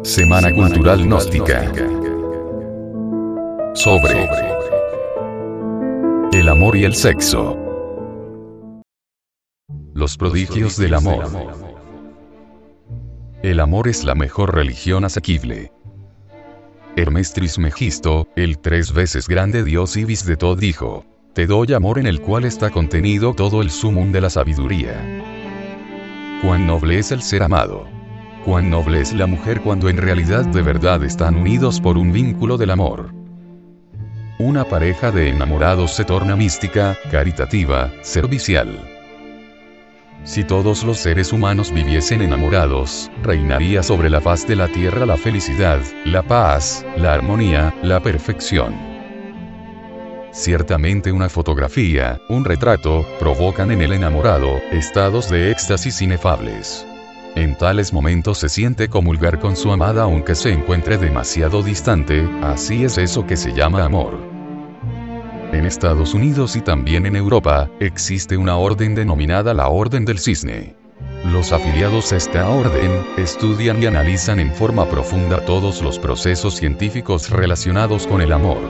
Semana Cultural Gnóstica. Sobre el amor y el sexo. Los prodigios del amor. El amor es la mejor religión asequible. Hermes Trismegisto, el 3 veces grande dios Ibis de Tod, dijo: te doy amor en el cual está contenido todo el sumum de la sabiduría. Cuán noble es el ser amado. Cuán noble es la mujer cuando en realidad de verdad están unidos por un vínculo del amor. Una pareja de enamorados se torna mística, caritativa, servicial. Si todos los seres humanos viviesen enamorados, reinaría sobre la faz de la tierra la felicidad, la paz, la armonía, la perfección. Ciertamente una fotografía, un retrato, provocan en el enamorado estados de éxtasis inefables. En tales momentos se siente comulgar con su amada aunque se encuentre demasiado distante, así es eso que se llama amor. En Estados Unidos y también en Europa, existe una orden denominada la Orden del Cisne. Los afiliados a esta orden, estudian y analizan en forma profunda todos los procesos científicos relacionados con el amor.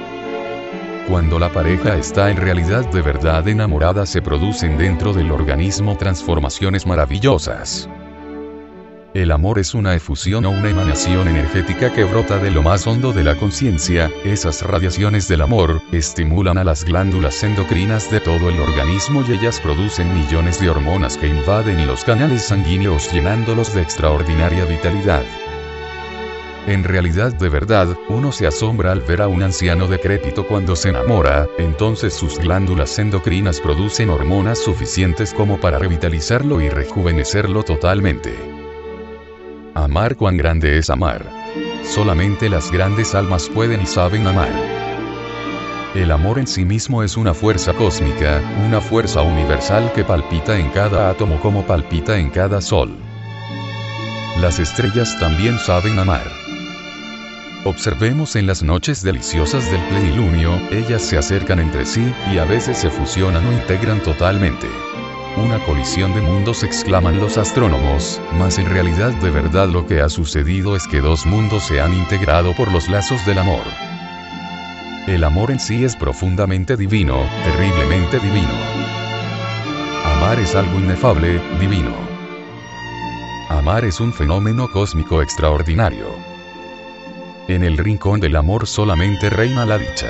Cuando la pareja está en realidad de verdad enamorada, se producen dentro del organismo transformaciones maravillosas. El amor es una efusión o una emanación energética que brota de lo más hondo de la conciencia. Esas radiaciones del amor estimulan a las glándulas endocrinas de todo el organismo y ellas producen millones de hormonas que invaden los canales sanguíneos llenándolos de extraordinaria vitalidad. En realidad de verdad, uno se asombra al ver a un anciano decrépito cuando se enamora, entonces sus glándulas endocrinas producen hormonas suficientes como para revitalizarlo y rejuvenecerlo totalmente. Amar, cuán grande es amar. Solamente las grandes almas pueden y saben amar. El amor en sí mismo es una fuerza cósmica, una fuerza universal que palpita en cada átomo como palpita en cada sol. Las estrellas también saben amar. Observemos en las noches deliciosas del plenilunio, ellas se acercan entre sí, y a veces se fusionan o integran totalmente. Una colisión de mundos, exclaman los astrónomos, mas en realidad de verdad lo que ha sucedido es que dos mundos se han integrado por los lazos del amor. El amor en sí es profundamente divino, terriblemente divino. Amar es algo inefable, divino. Amar es un fenómeno cósmico extraordinario. En el rincón del amor solamente reina la dicha.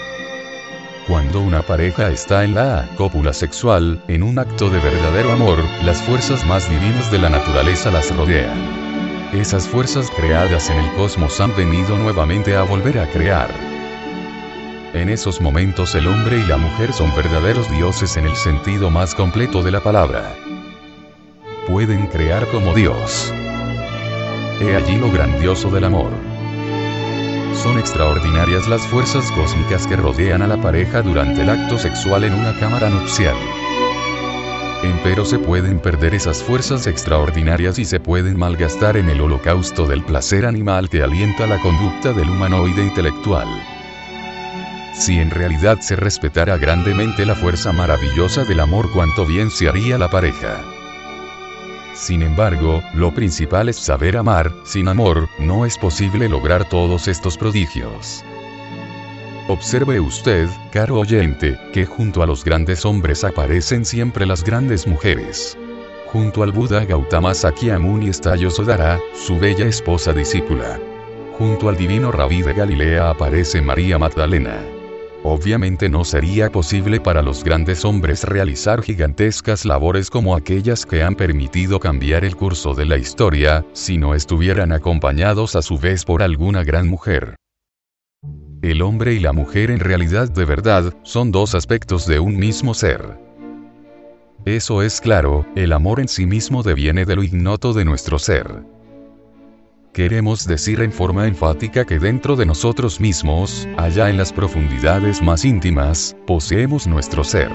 Cuando una pareja está en la cópula sexual, en un acto de verdadero amor, las fuerzas más divinas de la naturaleza las rodean. Esas fuerzas creadas en el cosmos han venido nuevamente a volver a crear. En esos momentos el hombre y la mujer son verdaderos dioses en el sentido más completo de la palabra. Pueden crear como Dios. He allí lo grandioso del amor. Son extraordinarias las fuerzas cósmicas que rodean a la pareja durante el acto sexual en una cámara nupcial. Empero se pueden perder esas fuerzas extraordinarias y se pueden malgastar en el holocausto del placer animal que alienta la conducta del humanoide intelectual. Si en realidad se respetara grandemente la fuerza maravillosa del amor, cuánto bien se haría la pareja. Sin embargo, lo principal es saber amar. Sin amor, no es posible lograr todos estos prodigios. Observe usted, caro oyente, que junto a los grandes hombres aparecen siempre las grandes mujeres. Junto al Buda Gautama Sakyamuni está Yasodhara, su bella esposa discípula. Junto al divino Rabí de Galilea aparece María Magdalena. Obviamente no sería posible para los grandes hombres realizar gigantescas labores como aquellas que han permitido cambiar el curso de la historia, si no estuvieran acompañados a su vez por alguna gran mujer. El hombre y la mujer en realidad de verdad, son dos aspectos de un mismo ser. Eso es claro, el amor en sí mismo deviene de lo ignoto de nuestro ser. Queremos decir en forma enfática que dentro de nosotros mismos, allá en las profundidades más íntimas, poseemos nuestro ser.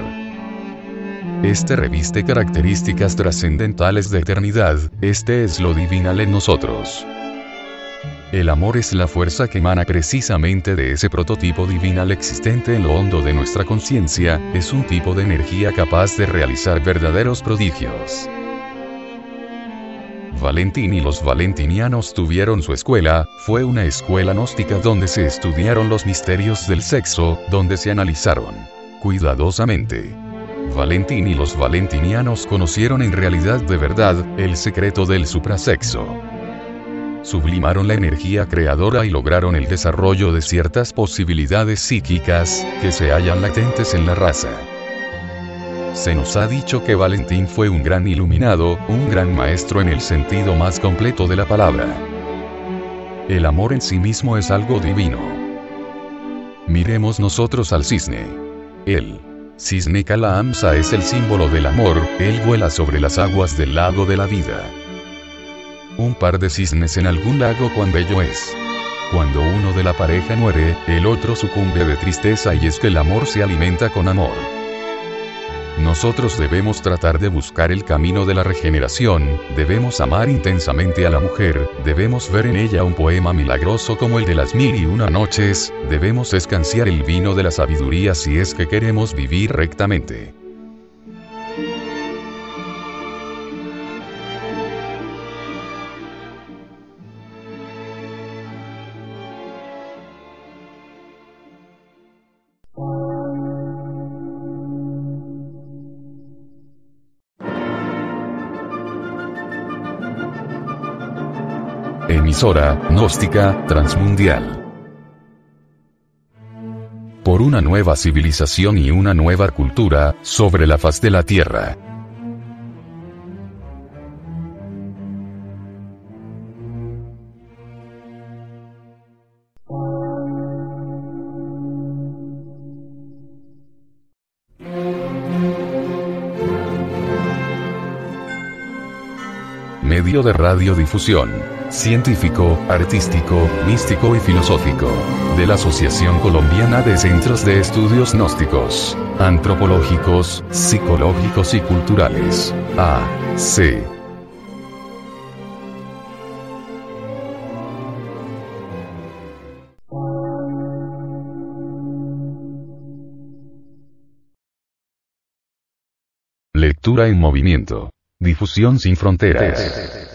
Este reviste características trascendentales de eternidad, este es lo divinal en nosotros. El amor es la fuerza que emana precisamente de ese prototipo divinal existente en lo hondo de nuestra conciencia, es un tipo de energía capaz de realizar verdaderos prodigios. Valentín y los valentinianos tuvieron su escuela, fue una escuela gnóstica donde se estudiaron los misterios del sexo, donde se analizaron cuidadosamente. Valentín y los valentinianos conocieron en realidad de verdad, el secreto del suprasexo. Sublimaron la energía creadora y lograron el desarrollo de ciertas posibilidades psíquicas, que se hallan latentes en la raza. Se nos ha dicho que Valentín fue un gran iluminado, un gran maestro en el sentido más completo de la palabra. El amor en sí mismo es algo divino. Miremos nosotros al cisne. El cisne Kala Hamsa es el símbolo del amor, él vuela sobre las aguas del lago de la vida. Un par de cisnes en algún lago cuán bello es. Cuando uno de la pareja muere, el otro sucumbe de tristeza y es que el amor se alimenta con amor. Nosotros debemos tratar de buscar el camino de la regeneración, debemos amar intensamente a la mujer, debemos ver en ella un poema milagroso como el de las 1001 noches, debemos escanciar el vino de la sabiduría si es que queremos vivir rectamente. Emisora gnóstica transmundial. Por una nueva civilización y una nueva cultura, sobre la faz de la Tierra. Medio de radiodifusión científico, artístico, místico y filosófico, de la Asociación Colombiana de Centros de Estudios Gnósticos, Antropológicos, Psicológicos y Culturales, AC. Lectura en movimiento. Difusión sin fronteras.